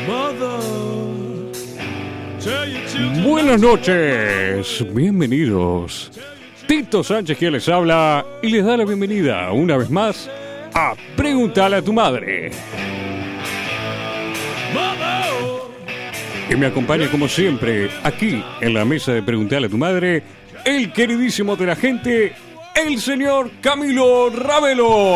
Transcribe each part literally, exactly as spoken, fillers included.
Buenas noches, bienvenidos. Tito Sánchez quien les habla y les da la bienvenida una vez más a Pregúntale a tu madre. Y me acompaña como siempre aquí en la mesa de Pregúntale a tu madre el queridísimo de la gente, el señor Camilo Ravelo.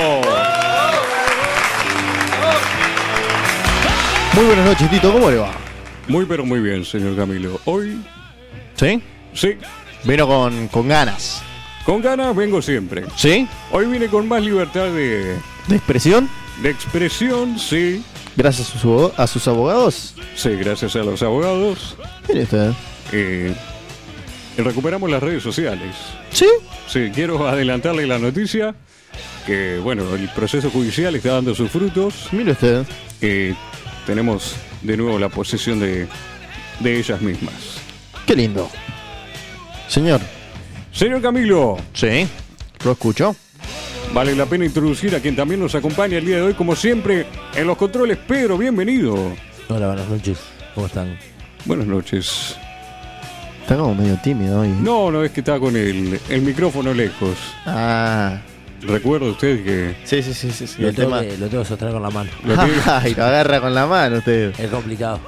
Muy buenas noches, Tito, ¿cómo le va? Muy pero muy bien, señor Camilo. Hoy... ¿Sí? Sí. Vino con, con ganas. Con ganas vengo siempre. ¿Sí? Hoy vine con más libertad de... ¿De expresión? De expresión, sí. Gracias a, su, a sus abogados. Sí, gracias a los abogados. Mire usted. Eh, recuperamos las redes sociales. ¿Sí? Sí, quiero adelantarle la noticia que, bueno, el proceso judicial está dando sus frutos. Mire usted. Eh, tenemos de nuevo la posesión de, de ellas mismas. Qué lindo. Señor. Señor Camilo. Sí, lo escucho. Vale la pena introducir a quien también nos acompaña el día de hoy, como siempre, en los controles. Pedro, bienvenido. Hola, buenas noches. ¿Cómo están? Buenas noches. Está como medio tímido hoy. No, no, es que está con el, el micrófono lejos. Ah. Recuerda usted que... Sí, sí, sí, sí, sí. Lo, El tengo tema... que, lo tengo que sostener con la mano. Lo tiene... Ay, lo agarra con la mano usted. Es complicado.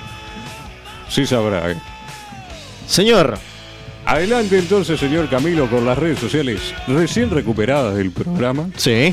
Sí sabrá, ¿eh? Señor. Adelante entonces, señor Camilo, con las redes sociales recién recuperadas del programa. Sí.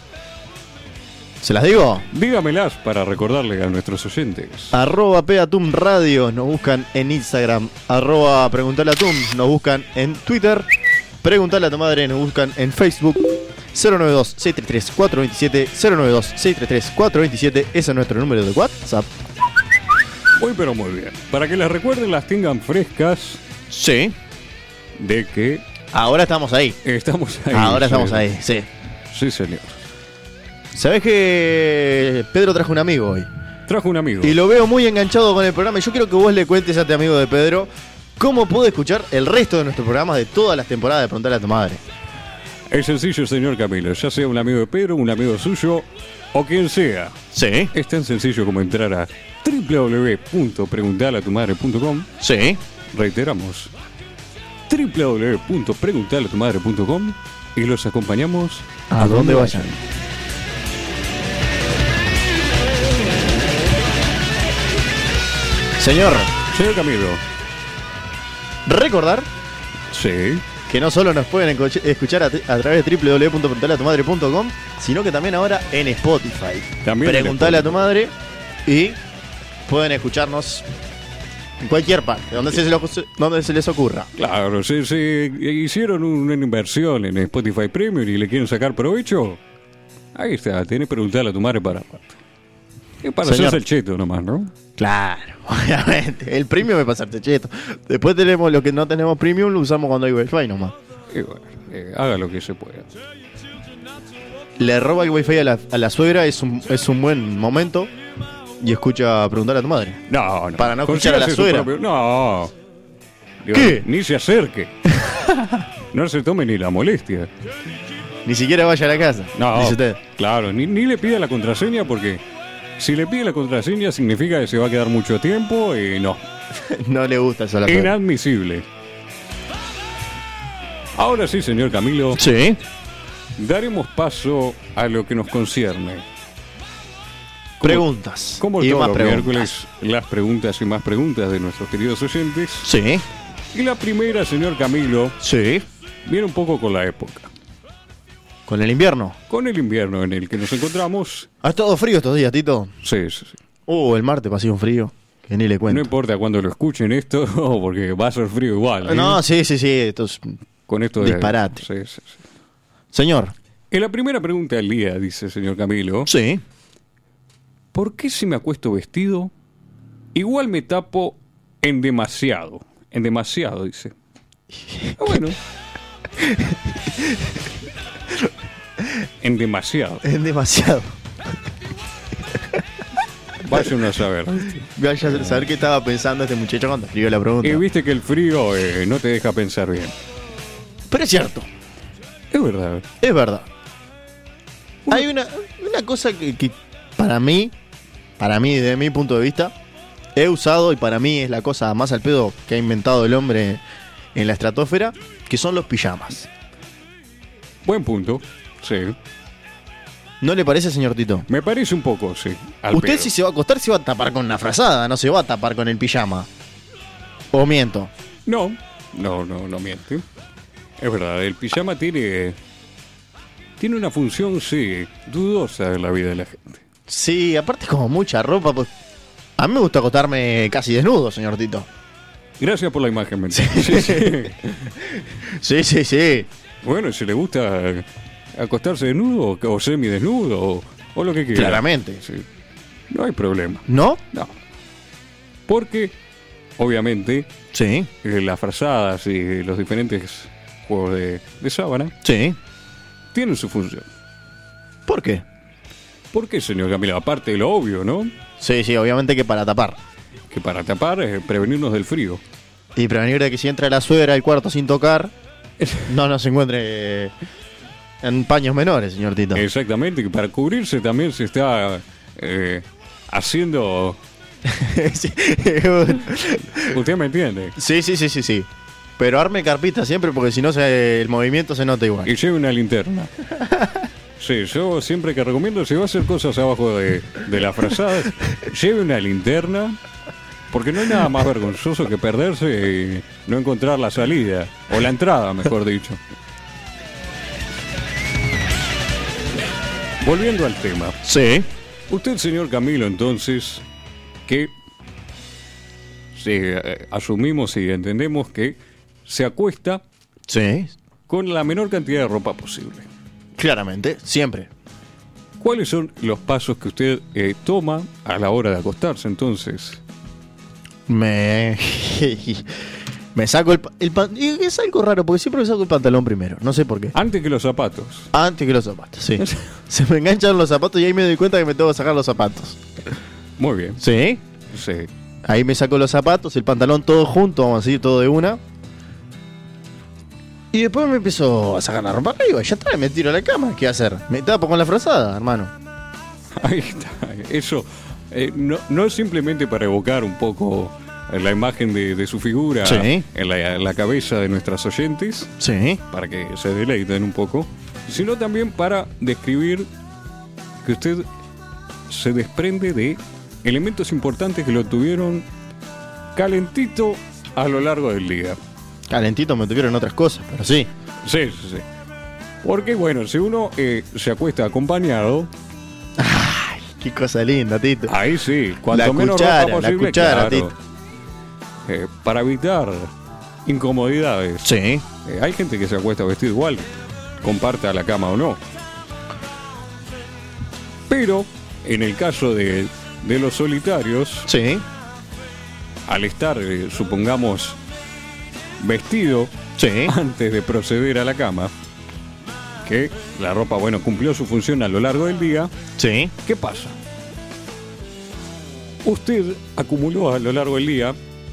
¿Se las digo? Dígamelas para recordarle a nuestros oyentes. Arroba Peatum Radio, nos buscan en Instagram. Arroba Preguntale a Tum, nos buscan en Twitter. Preguntale a tu madre, nos buscan en Facebook. Cero nueve dos, seis tres tres, cuatro dos siete, cero nueve dos, seis tres tres, cuatro dos siete. Ese es nuestro número de WhatsApp. Muy pero muy bien. Para que las recuerden, las tengan frescas. Sí. De que... Ahora estamos ahí. Estamos ahí. Ahora sí. estamos ahí, sí. Sí, señor. ¿Sabés que Pedro trajo un amigo hoy? Trajo un amigo. Y lo veo muy enganchado con el programa. Y yo quiero que vos le cuentes a este amigo de Pedro cómo puede escuchar el resto de nuestros programas de todas las temporadas de Preguntale a tu madre. Es sencillo, señor Camilo. Ya sea un amigo de Pedro, un amigo suyo o quien sea. Sí. Es tan sencillo como entrar a doble u doble u doble u punto preguntale a tu madre punto com. Sí. Reiteramos. doble u doble u doble u punto preguntale a tu madre punto com y los acompañamos a, a donde vayan. Señor. Señor Camilo. Recordar. Sí. Que no solo nos pueden escuchar a, a través de doble u doble u doble u punto preguntale a tu madre punto com, sino que también ahora en Spotify. También Preguntale a tu madre y pueden escucharnos en cualquier parte, donde se, lo, donde se les ocurra. Claro, si, si hicieron una inversión en Spotify Premium y le quieren sacar provecho, ahí está, tiene que preguntarle a tu madre para es para Señor. hacerse el cheto nomás, ¿no? Claro, obviamente. El premium es pasarte cheto. Después tenemos lo que no tenemos premium, lo usamos cuando hay wifi nomás. Y bueno, eh, haga lo que se pueda. Le roba el wifi a la, a la suegra, es un, es un buen momento. Y escucha Preguntar a tu madre. No, no. Para no escuchar a la Consígase su suegra. propio- No. Digo, ¿Qué? Ni se acerque. No se tome ni la molestia. Ni siquiera vaya a la casa. No, Dice usted. claro, ni, ni le pida la contraseña porque si le pide la contraseña significa que se va a quedar mucho tiempo y no. No le gusta eso a la suegra. Inadmisible. Ahora sí, señor Camilo, Sí. daremos paso a lo que nos concierne. Como- Preguntas. Como y todos más los preguntas. miércoles, las preguntas y más preguntas de nuestros queridos oyentes. Sí. Y la primera, señor Camilo, Sí. viene un poco con la época. Con el invierno. Con el invierno en el que nos encontramos. ¿Ha estado frío estos días, Tito? Sí, sí, sí. Uh, el martes pasó un frío. Que ni le No cuento. importa cuando lo escuchen esto, porque va a ser frío igual. ¿eh? No, sí, sí, sí. Esto es... Con esto de... disparate. Sí, sí, sí. Señor. En la primera pregunta del día, dice señor Camilo. Sí. ¿Por qué si me acuesto vestido, igual me tapo en demasiado? En demasiado, dice. Ah, bueno. En demasiado. Es demasiado. Vaya uno a saber. Vaya a saber qué estaba pensando este muchacho cuando escribió la pregunta. Y viste que el frío eh, no te deja pensar bien. Pero es cierto. Es verdad. Es verdad. Hay una, una cosa que, que para mí para mí, desde mi punto de vista, he usado, y para mí es la cosa más al pedo que ha inventado el hombre en la estratosfera, que son los pijamas. Buen punto, sí. ¿No le parece, señor Tito? Me parece un poco, sí. al Usted pedo. si se va a acostar se va a tapar con una frazada, no se va a tapar con el pijama. ¿O miento? No, no, no, no miente. Es verdad, el pijama tiene... Tiene una función, sí, dudosa en la vida de la gente. Sí, aparte es como mucha ropa. Pues... A mí me gusta acostarme casi desnudo, señor Tito. Gracias por la imagen mental. Sí, sí. Sí, sí, sí. Bueno, si le gusta acostarse desnudo o semidesnudo o, o lo que quiera. Claramente. Sí. No hay problema. ¿No? No. Porque, obviamente, Sí, eh, las frazadas y los diferentes juegos de, de sábana sí. tienen su función. ¿Por qué? ¿Por qué, señor Camilo? Aparte de lo obvio, ¿no? Sí, sí, obviamente que para tapar. Que para tapar, eh, prevenirnos del frío. Y prevenir de que si entra la suegra al cuarto sin tocar, no nos encuentre en paños menores, señor Tito. Exactamente, que para cubrirse también se está eh, haciendo... Sí. ¿Usted me entiende? Sí, sí, sí, sí, sí. Pero arme carpita siempre porque si no se- el movimiento se nota igual. Y lleve una linterna. Sí, yo siempre que recomiendo, si va a hacer cosas abajo de, de las frazadas, lleve una linterna, porque no hay nada más vergonzoso que perderse y no encontrar la salida, o la entrada, mejor dicho. Volviendo al tema. Sí. Usted, señor Camilo, entonces, que sí, eh, asumimos y entendemos que se acuesta Sí. con la menor cantidad de ropa posible. Claramente, siempre. ¿Cuáles son los pasos que usted eh, toma a la hora de acostarse, entonces? Me. Me saco el, pa- el pan- y es algo raro porque siempre me saco el pantalón primero. No sé por qué. Antes que los zapatos. Antes que los zapatos, sí. Se me enganchan los zapatos y ahí me doy cuenta que me tengo que sacar los zapatos. Muy bien. Sí. Sí. Ahí me saco los zapatos, el pantalón todo junto, vamos a decir todo de una. Y después me empiezo a sacar la ropa arriba, ya está, me tiro a la cama. ¿Qué hacer? Me tapo con la frazada, hermano. Ahí está. Eso eh, no, no es simplemente para evocar un poco eh, la imagen de, de su figura Sí. en, la, en la cabeza de nuestras oyentes, Sí. para que se deleiten un poco, sino también para describir que usted se desprende de elementos importantes que lo tuvieron calentito a lo largo del día. Calentito me tuvieron otras cosas, pero sí. Sí, sí, sí. Porque, bueno, si uno eh, se acuesta acompañado, Ay, qué cosa linda, Tito. ahí sí, cuanto La menos cuchara, ropa la posible, cuchara, claro. Tito. Eh, para evitar incomodidades. Sí. Eh, hay gente que se acuesta vestido igual, comparta la cama o no. Pero, en el caso de, de los solitarios, Sí. al estar, eh, supongamos, vestido Sí. antes de proceder a la cama, que la ropa, bueno, cumplió su función a lo largo del día, Sí. ¿qué pasa? Usted acumuló a lo largo del día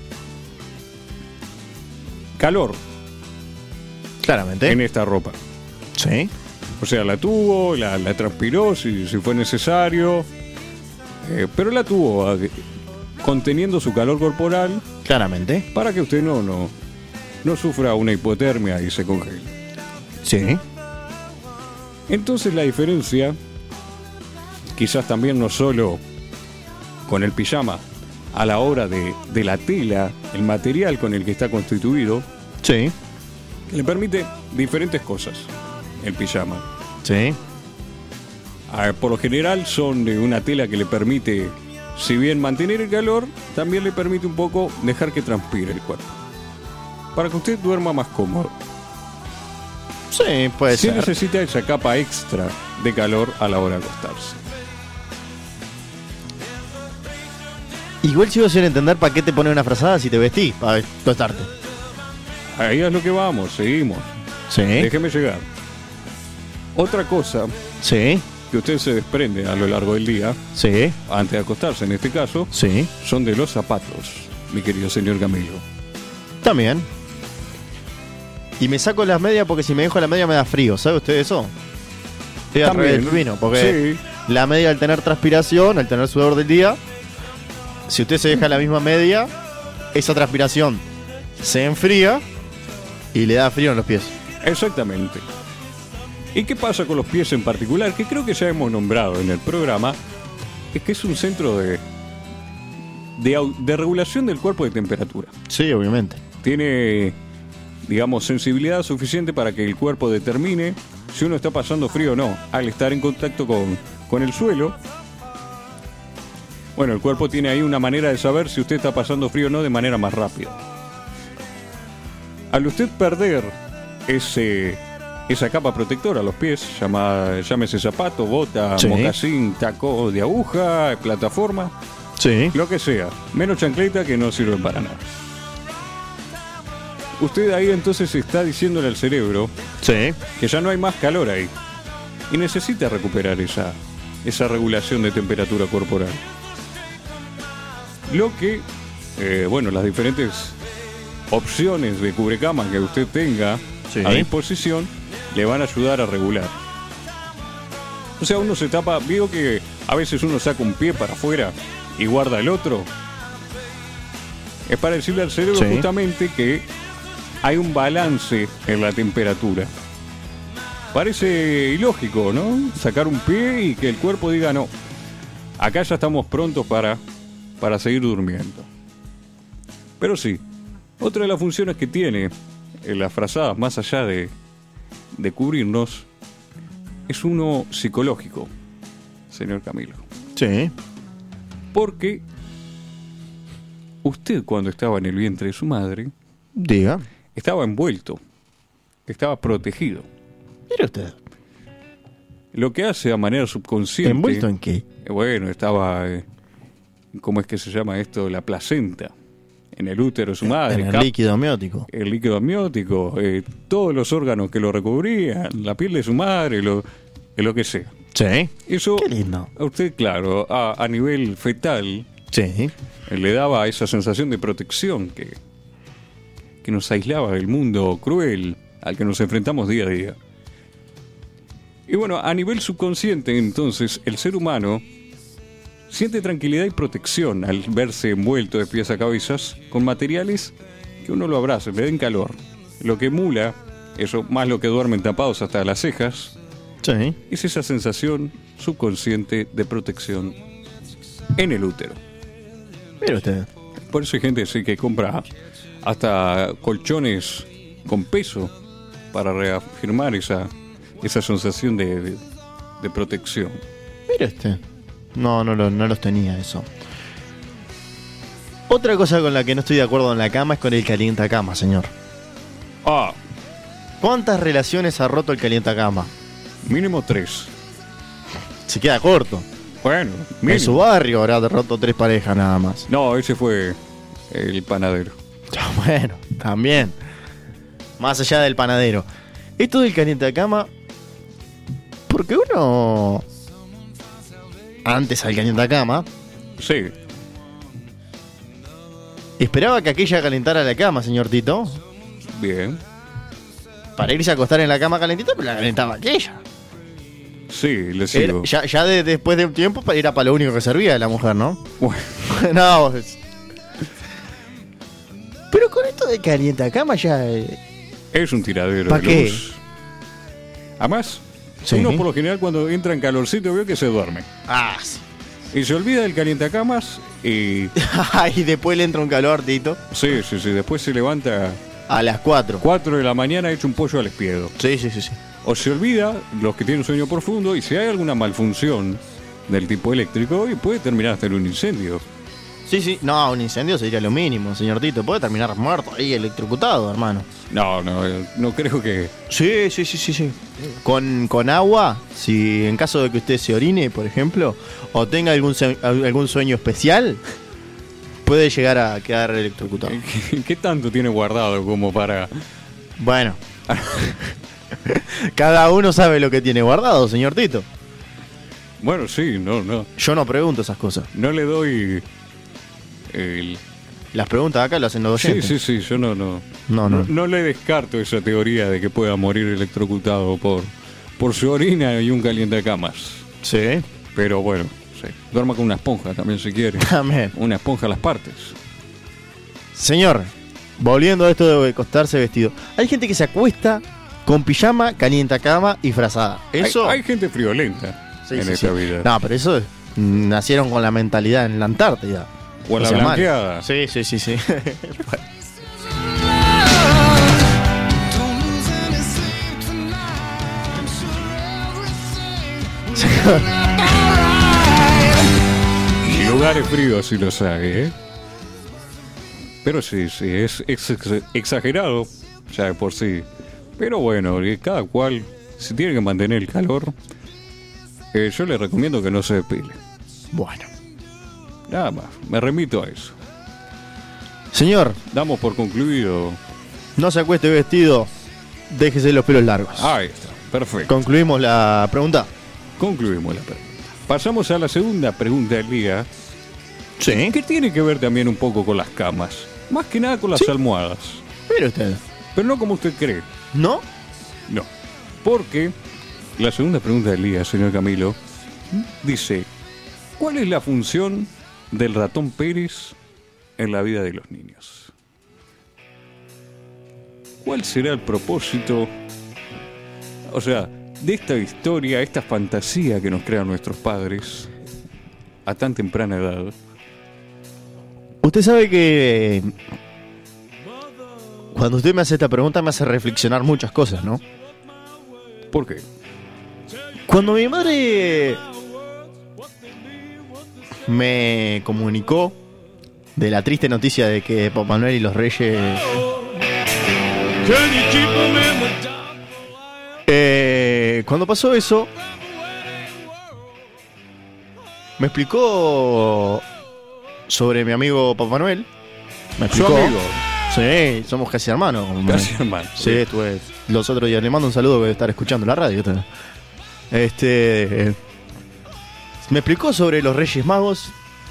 calor Claramente. en esta ropa. Sí. O sea, la tuvo, la, la transpiró si, si fue necesario, eh, pero la tuvo eh, conteniendo su calor corporal Claramente. para que usted no, no, no sufra una hipotermia y se congele. Sí. Entonces la diferencia, quizás también no solo con el pijama, a la hora de, de la tela, el material con el que está constituido, Sí. le permite diferentes cosas, el pijama. Sí. Ah, por lo general son de una tela que le permite, si bien mantener el calor, también le permite un poco dejar que transpire el cuerpo, para que usted duerma más cómodo. Sí, puede Si ser. necesita esa capa extra de calor a la hora de acostarse. Igual sigo sin entender para qué te pones una frazada si te vestís para tostarte. Ahí es lo que vamos, seguimos. Sí. Déjeme llegar. Otra cosa Sí. que usted se desprende a lo largo del día, Sí. antes de acostarse en este caso, Sí. son de los zapatos, mi querido señor Camilo. También. Y me saco las medias porque si me dejo la media me da frío. ¿Sabe usted eso? Estoy al revés del pino, porque Sí, La media, al tener transpiración, al tener sudor del día, si usted se deja la misma media, esa transpiración se enfría y le da frío en los pies. Exactamente. ¿Y qué pasa con los pies en particular? Que creo que ya hemos nombrado en el programa, es que es un centro de, de, au- de regulación del cuerpo de temperatura. Sí, obviamente. Tiene, digamos, sensibilidad suficiente para que el cuerpo determine si uno está pasando frío o no, al estar en contacto con, con el suelo. Bueno, el cuerpo tiene ahí una manera de saber si usted está pasando frío o no de manera más rápida. Al usted perder ese, esa capa protectora a los pies, llama, llámese zapato, bota, Sí. mocasín, taco de aguja, plataforma, Sí. lo que sea, menos chancleta, que no sirve para nada. Usted ahí entonces está diciéndole al cerebro Sí. que ya no hay más calor ahí y necesita recuperar esa, esa regulación de temperatura corporal. Lo que, eh, bueno, las diferentes opciones de cubrecama que usted tenga Sí. a disposición le van a ayudar a regular. O sea, uno se tapa, veo que a veces uno saca un pie para afuera y guarda el otro. Es para decirle al cerebro Sí. justamente que hay un balance en la temperatura. Parece ilógico, ¿no? Sacar un pie y que el cuerpo diga no. Acá ya estamos prontos para, para seguir durmiendo. Pero sí, otra de las funciones que tiene en las frazadas, más allá de, de cubrirnos, es uno psicológico, señor Camilo. Sí. Porque usted, cuando estaba en el vientre de su madre, Diga. estaba envuelto, estaba protegido. Mire usted. Lo que hace a manera subconsciente... ¿Envuelto en qué? eh, Bueno, estaba... eh, ¿cómo es que se llama esto? La placenta. En el útero de su madre. En el cap- líquido amniótico. el líquido amniótico, eh, todos los órganos que lo recubrían, la piel de su madre, lo, eh, lo que sea. Sí. Eso, Qué lindo. a usted, claro, a, a nivel fetal, Sí. eh, le daba esa sensación de protección que, que nos aislaba del mundo cruel al que nos enfrentamos día a día. Y bueno, a nivel subconsciente, entonces, el ser humano siente tranquilidad y protección al verse envuelto de pies a cabezas con materiales que uno lo abrace, le den calor. Lo que emula, eso más lo que duermen tapados hasta las cejas, Sí. es esa sensación subconsciente de protección en el útero. Mire usted. Por eso hay gente sí, que compra hasta colchones con peso para reafirmar esa, esa sensación de, de, de protección. Mire usted. No, no, lo- no los tenía eso. Otra cosa con la que no estoy de acuerdo en la cama es con el calientacama, señor. Ah, ¿Cuántas relaciones ha roto el calientacama? mínimo tres. Se queda corto. Bueno, En su mínimo. barrio habrá roto tres parejas nada más. No, ese fue el panadero. Bueno, también. Más allá del panadero. Esto del calientacama. Porque uno. Antes al calientacama. Sí, Esperaba que aquella calentara la cama, señor Tito. bien. Para irse a acostar en la cama calentita, pero la calentaba aquella. Sí, le Era- sigo. ya ya de- después de un tiempo pa- era para lo único que servía la mujer, ¿no? Bueno, No. pues. Pero con esto de calientacama ya. eh, es un tiradero ¿Pa de qué? luz. Además, Sí. uno por lo general cuando entra en calorcito ve que se duerme. Ah, sí. Y se olvida del calientacamas y... y después le entra un calor, Tito. Sí, sí, sí. Después se levanta A las cuatro. cuatro de la mañana hecho un pollo al espiedo. Sí, sí, sí, sí. O se olvida, los que tienen sueño profundo, y si hay alguna malfunción del tipo eléctrico, y puede terminar hasta en un incendio. Sí, sí. No, un incendio sería lo mínimo, señor Tito. Puede terminar muerto ahí, electrocutado, hermano. No, no, eh, no creo que... Sí, sí, sí, sí, sí. Con, con agua, si en caso de que usted se orine, por ejemplo, o tenga algún, se- algún sueño especial, puede llegar a quedar electrocutado. ¿Qué, qué tanto tiene guardado como para...? Bueno. Cada uno sabe lo que tiene guardado, señor Tito. Bueno, sí, no, no. Yo no pregunto esas cosas. No le doy... El... Las preguntas acá las hacen los Sí, oyentes. sí, sí, yo no, no, No, no, no. no le descarto esa teoría de que pueda morir electrocutado por, por su orina y un calientacamas. Sí. Pero bueno, sí. Duerma con una esponja también si quiere. Amén. Una esponja a las partes. Señor, volviendo a esto de acostarse vestido. Hay gente que se acuesta con pijama, calienta cama y frazada. Eso. Hay, hay gente friolenta Sí, en sí, esta sí. vida. No, pero eso es- nacieron con la mentalidad en la Antártida. O en la sea, mal. blanqueada. Sí, sí, sí, sí. Lugares fríos si los hay, ¿eh? Pero sí, sí, es, es ex- exagerado, ya de por sí. Pero bueno, y cada cual, si tiene que mantener el calor, eh, yo le recomiendo que no se depile. Bueno. Nada más, me remito a eso. Señor, Damos por concluido. no se acueste vestido, déjese los pelos largos. Ahí está, perfecto. Concluimos la pregunta. Concluimos la pregunta. Pasamos a la segunda pregunta del día, Sí. que tiene que ver también un poco con las camas. Más que nada con las Sí. almohadas. Mire usted. Pero no como usted cree. ¿No? No. Porque la segunda pregunta del día, señor Camilo, dice: ¿cuál es la función del ratón Pérez en la vida de los niños? ¿Cuál será el propósito, o sea, de esta historia, esta fantasía que nos crean nuestros padres a tan temprana edad? Usted sabe que cuando usted me hace esta pregunta me hace reflexionar muchas cosas, ¿no? ¿Por qué? Cuando mi madre me comunicó de la triste noticia de que Papá Noel y los Reyes eh, cuando pasó eso me explicó sobre mi amigo Papá Noel. Me Su explicó. amigo, Sí, somos casi hermanos. casi hermano. Sí, estuve los otros días. Le mando un saludo que debe estar escuchando la radio. Este. eh, me explicó sobre los Reyes Magos.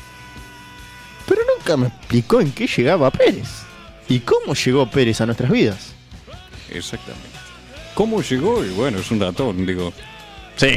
Pero nunca me explicó en qué llegaba Pérez. Y cómo llegó Pérez a nuestras vidas. Exactamente. ¿Cómo llegó? Y bueno, es un ratón, digo. Sí.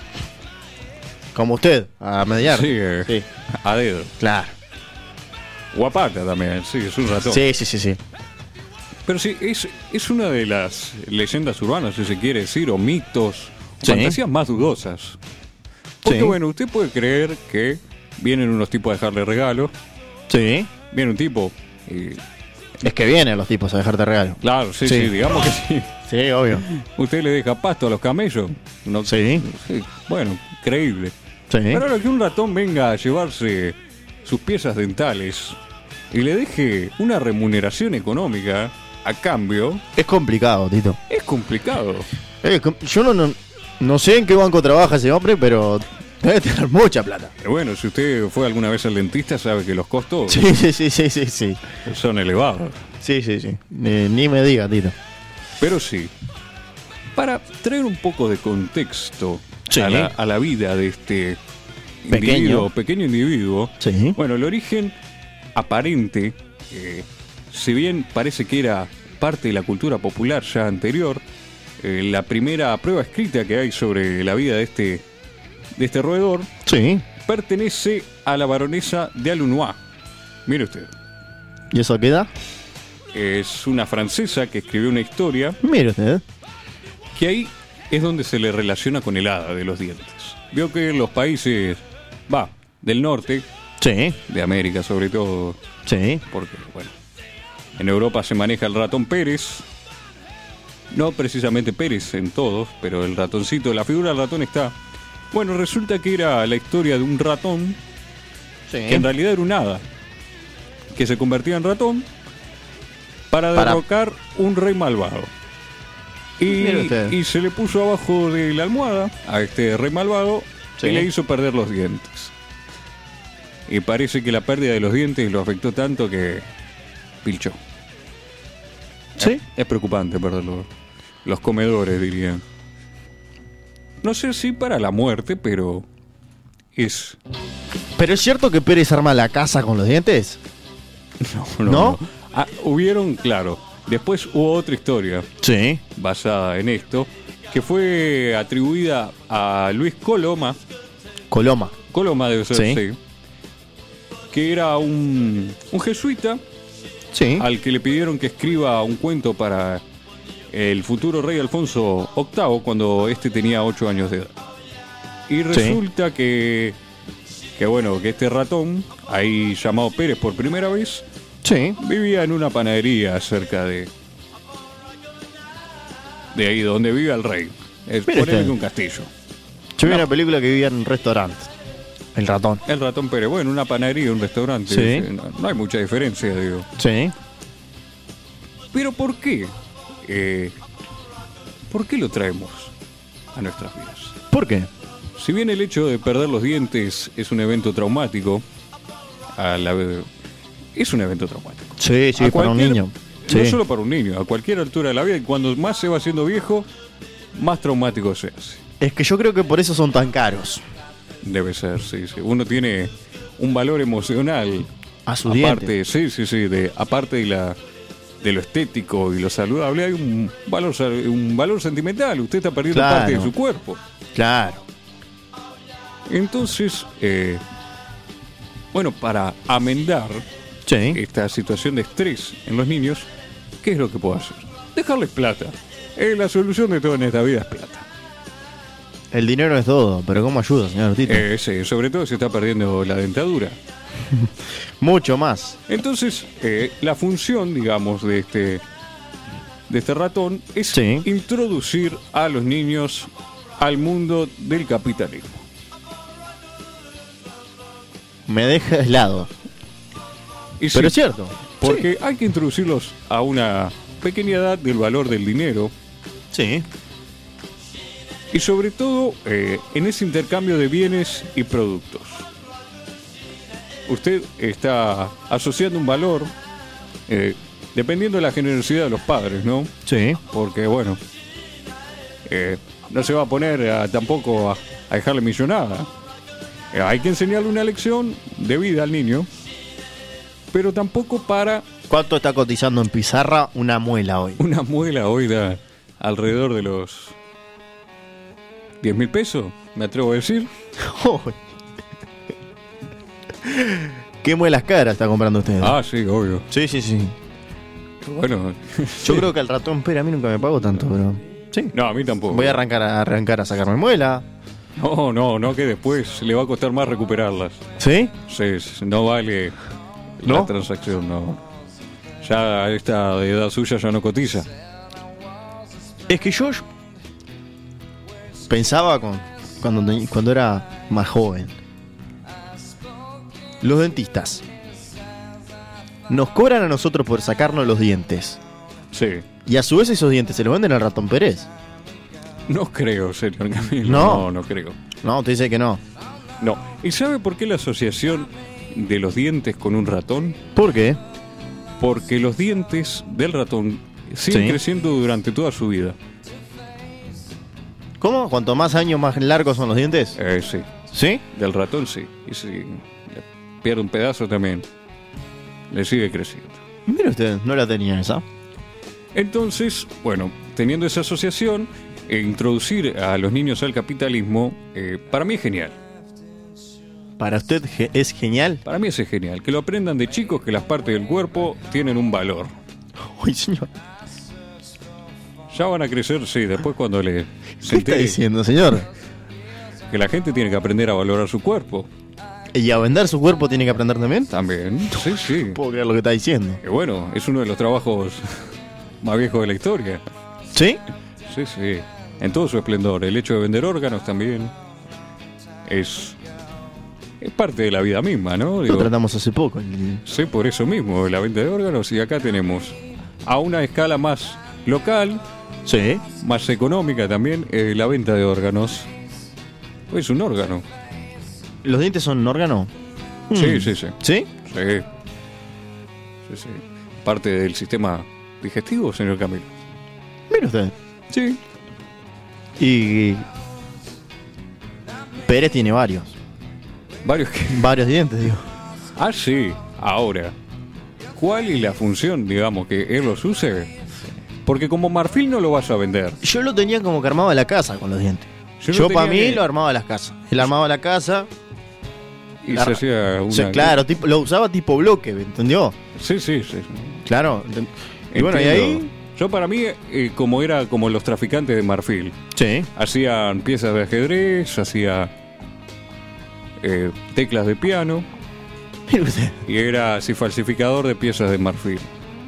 Como usted, a mediar. Sí, eh, Sí, a dedo. claro. Guapata también, sí, es un ratón. Sí, sí, sí, sí. Pero sí, es, es una de las leyendas urbanas, si se quiere decir, o mitos, o Sí. fantasías más dudosas. Porque Sí. bueno, usted puede creer que vienen unos tipos a dejarle regalo, Sí. viene un tipo y... Es que vienen los tipos a dejarte regalo. Claro, sí, sí, Sí. digamos que sí. Sí, obvio. Usted le deja pasto a los camellos. No, Sí. sí, bueno, creíble. Sí. Pero ahora que un ratón venga a llevarse sus piezas dentales y le deje una remuneración económica a cambio, Es complicado, Tito. es complicado. Eh, com- yo no, no, no sé en qué banco trabaja ese hombre, pero debe tener mucha plata. Pero bueno, si usted fue alguna vez al dentista, sabe que los costos Sí, sí, sí, sí, sí, sí. son elevados. Sí, sí, sí. Ni, ni me diga, Tito. Pero sí, para traer un poco de contexto Sí. a, la, a la vida de este Pequeño. individuo, pequeño individuo, Sí. bueno, el origen aparente, eh, si bien parece que era parte de la cultura popular ya anterior, eh, la primera prueba escrita que hay sobre la vida de este, de este roedor Sí. pertenece a la baronesa de Alunois. Mire usted, ¿Y eso queda? es una francesa que escribió una historia Mire usted. que ahí es donde se le relaciona con el hada de los dientes. Vio que en los países, va, del norte, Sí. de América sobre todo, Sí. porque, bueno, en Europa se maneja el ratón Pérez, no precisamente Pérez en todos, pero el ratoncito, la figura del ratón está. Bueno, resulta que era la historia de un ratón, Sí. que en realidad era un hada, que se convertía en ratón para Para- derrocar un rey malvado. Mire Y, usted. y se le puso abajo de la almohada a este rey malvado Sí. y le hizo perder los dientes. Y parece que la pérdida de los dientes lo afectó tanto que pilchó. Sí. Es preocupante perder los, los comedores, dirían. No sé si para la muerte, pero es... Pero es cierto que Pérez arma la casa con los dientes. No, ¿No? Ah, hubieron, claro. Después hubo otra historia Sí. basada en esto, que fue atribuida a Luis Coloma, Coloma. Coloma debe ser, Sí. sí. Que era un, un jesuita Sí. al que le pidieron que escriba un cuento para el futuro rey Alfonso octavo cuando este tenía ocho años de edad. Y resulta que, que bueno, que este ratón, ahí llamado Pérez por primera vez, Sí. vivía en una panadería cerca de de ahí donde vive el rey. Es Mire ponele usted. que un castillo. Yo vi No. una película que vivía en un restaurante. El ratón. El ratón Pérez, bueno, una panadería, un restaurante. Sí. eh, No, no hay mucha diferencia, digo. Sí. Pero ¿por qué? Eh, ¿Por qué lo traemos a nuestras vidas? ¿Por qué? Si bien el hecho de perder los dientes es un evento traumático, a la vez es un evento traumático. Sí, sí, A para un cualquier- niño. No Sí. solo para un niño, a cualquier altura de la vida, y cuando más se va haciendo viejo, más traumático se hace. Es que yo creo que por eso son tan caros. Debe ser, sí, sí. Uno tiene un valor emocional. A su aparte, diente. sí, sí, sí, de, aparte de la de lo estético y lo saludable, hay un valor sa- un valor sentimental. Usted está perdiendo Claro. parte de su cuerpo. Claro. Entonces, eh, bueno, para amendar Sí. esta situación de estrés en los niños, ¿qué es lo que puedo hacer? Dejarles plata. Eh, la solución de todo en esta vida es plata. El dinero es todo, pero ¿cómo ayuda, señor Tito? Eh, sí, sobre todo si está perdiendo la dentadura. Mucho más. Entonces, eh, la función, digamos, de este de este ratón es Sí. introducir a los niños al mundo del capitalismo. Me deja helado. Y sí, Pero es cierto. porque hay que introducirlos a una pequeña edad del valor del dinero Sí. y sobre todo eh, en ese intercambio de bienes y productos. Usted está asociando un valor eh, dependiendo de la generosidad de los padres, ¿no? Sí. Porque bueno, eh, no se va a poner a- tampoco a, a dejarle millonada. Eh, hay que enseñarle una lección de vida al niño, pero tampoco para ¿Cuánto está cotizando en pizarra una muela hoy? una muela hoy da alrededor de los diez mil pesos, me atrevo a decir. ¿Qué muelas caras está comprando usted? Ah, sí, obvio. Sí, sí, sí. Bueno, Yo creo que el ratón Pérez a mí nunca me pagó tanto, pero... Sí. no, a mí tampoco. Voy a arrancar a arrancar a sacarme muela. No, no, no, que después le va a costar más recuperarlas. ¿Sí? Sí, sí, no vale ¿No? la transacción, no. Ya a esta edad suya ya no cotiza. Es que yo pensaba con, cuando, te- cuando era más joven. Los dentistas nos cobran a nosotros por sacarnos los dientes. Sí. Y a su vez esos dientes se los venden al ratón Pérez. No creo, señor Camilo. No. No, no creo. No, usted dice que no. No. ¿Y sabe por qué la asociación de los dientes con un ratón? ¿Por qué? Porque los dientes del ratón siguen Sí. creciendo durante toda su vida. ¿Cómo? Cuanto más años más largos son los dientes. Eh, sí. ¿Sí? Del ratón sí. Y si le pierde un pedazo también, le sigue creciendo. Mire usted, no la tenía esa. Entonces, bueno, teniendo esa asociación, e introducir a los niños al capitalismo, eh, para mí es genial. Para usted ge- es genial. Para mí es genial. Que lo aprendan de chicos que las partes del cuerpo tienen un valor. Uy, señor. Ya van a crecer, sí, después cuando le ¿Qué se está entere diciendo, señor? que la gente tiene que aprender a valorar su cuerpo. ¿Y a vender su cuerpo tiene que aprender también? También, sí, sí. No puedo creer lo que está diciendo. Y bueno, es uno de los trabajos más viejos de la historia. ¿Sí? Sí, sí. En todo su esplendor. El hecho de vender órganos también es, es parte de la vida misma, ¿no? Lo Digo, tratamos hace poco. el- sí, por eso mismo, la venta de órganos. Y acá tenemos a una escala más local, Sí. más económica también, eh, la venta de órganos. Pues un órgano. ¿Los dientes son un órgano? Sí, Mm. sí, sí. ¿Sí? Sí. Sí, sí. Parte del sistema digestivo, señor Camilo. Mire usted. Sí. Y... Pérez tiene varios. Varios que... Varios dientes, digo. Ah, sí. Ahora, ¿cuál es la función, digamos, que él los use? Porque como marfil no lo vas a vender. Yo lo tenía como que armaba la casa con los dientes. Yo, Yo no para tenía mí ni- lo armaba las casas. Él armaba la casa. Y la- se hacía una... O sea, claro, tipo, lo usaba tipo bloque, ¿me entendió? Sí, sí, sí. Claro. Y bueno, y Entiendo. ahí. Yo para mí, eh, como era como los traficantes de marfil, Sí. hacían piezas de ajedrez, hacía eh, teclas de piano Mire usted, y era así falsificador de piezas de marfil.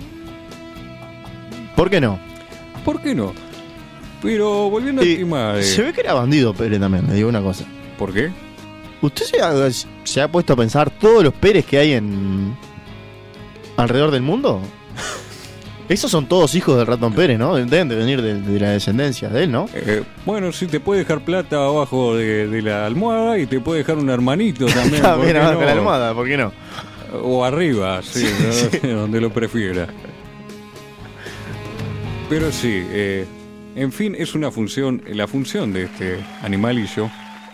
¿por qué no? ¿Por qué no? Pero volviendo al Y tema de... se ve que era bandido Pérez también, le digo una cosa. ¿Por qué? ¿Usted se ha, se ha puesto a pensar todos los Pérez que hay en alrededor del mundo? Esos son todos hijos del ratón Pérez, ¿no? Deben de venir de, de la descendencia de él, ¿no? Eh, bueno, sí, te puede dejar plata abajo de, de la almohada y te puede dejar un hermanito también. ¿por También qué abajo no? de la almohada, ¿por qué no? O arriba, sí, ¿no? Donde lo prefiera. Pero sí, eh, en fin, es una función, la función de este animalillo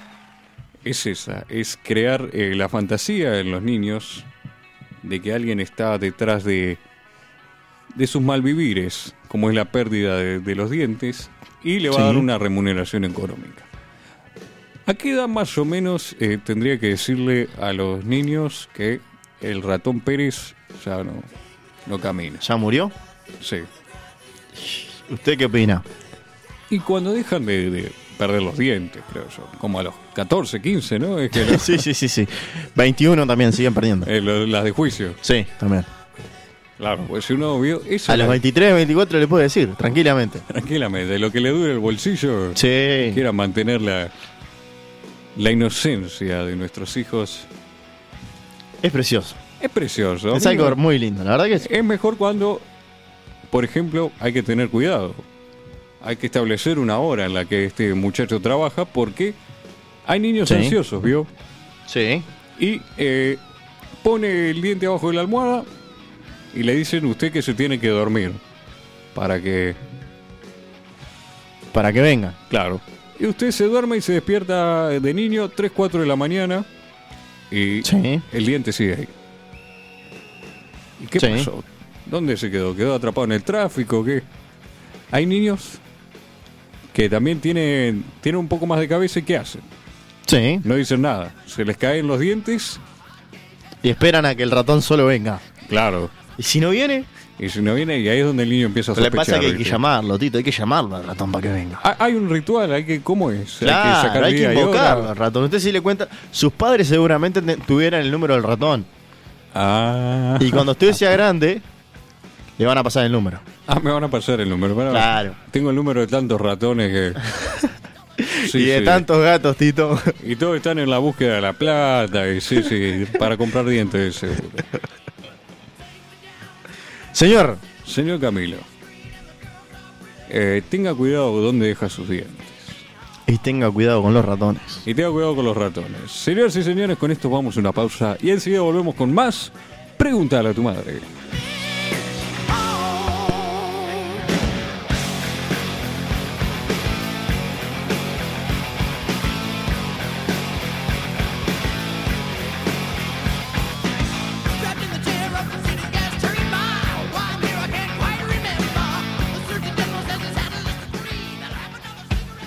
es esa, es crear eh, la fantasía en los niños de que alguien está detrás de, de sus malvivires, como es la pérdida de, de los dientes, y le va Sí. a dar una remuneración económica. ¿A qué edad más o menos eh, tendría que decirle a los niños que el ratón Pérez ya no, no camina? ¿Ya murió? Sí. ¿Usted qué opina? Y cuando dejan de, de perder los dientes, creo yo, como a los catorce, quince, ¿no? Es que los- Sí, sí, sí, sí. veintiuno también siguen perdiendo. eh, lo- las de juicio. Sí, también. Claro, pues si uno vio eso, A los veintitrés, veinticuatro le puedo decir, tranquilamente. tranquilamente, lo que le dure el bolsillo, Sí. quiera mantener la, la inocencia de nuestros hijos, Es precioso. es precioso. Es algo muy lindo, la verdad que sí. Es mejor cuando, por ejemplo, hay que tener cuidado. Hay que establecer una hora en la que este muchacho trabaja porque hay niños Sí. ansiosos, ¿vio? Sí. Y eh, pone el diente abajo de la almohada y le dicen usted que se tiene que dormir para que... Para que venga. Claro. Y usted se duerme y se despierta de niño tres, cuatro de la mañana y Sí. el diente sigue ahí. ¿Y qué Sí. pasó? ¿Dónde se quedó? ¿Quedó atrapado en el tráfico? ¿Qué? Hay niños que también tienen, tienen un poco más de cabeza y ¿qué hacen? Sí. No dicen nada. Se les caen los dientes. Y esperan a que el ratón solo venga. Claro. ¿Y si no viene? Y si no viene, y ahí es donde el niño empieza a Le sospechar. pasa que hay que ¿viste? llamarlo, Tito, hay que llamarlo al ratón para que venga. Ah, Hay un ritual, hay que, ¿cómo es? Claro, hay que día y invocarlo hora. al ratón. Usted sí le cuenta, sus padres seguramente te- tuvieran el número del ratón. Ah. Y cuando usted sea grande, le van a pasar el número. Ah, me van a pasar el número. Pará. Claro. Tengo el número de tantos ratones que... Sí, y de sí. tantos gatos, Tito. Y todos están en la búsqueda de la plata, y sí, sí, para comprar dientes, seguro. Señor, Señor Camilo, eh, tenga cuidado dónde deja sus dientes. y tenga cuidado con los ratones. Y tenga cuidado con los ratones. Señoras y señores, con esto vamos a una pausa y enseguida volvemos con más. Pregúntale a tu madre. Trapped in the chair of the city gas turbine. Why I'm here I can't quite remember. The Surgeon General says his handle is green. I'll have another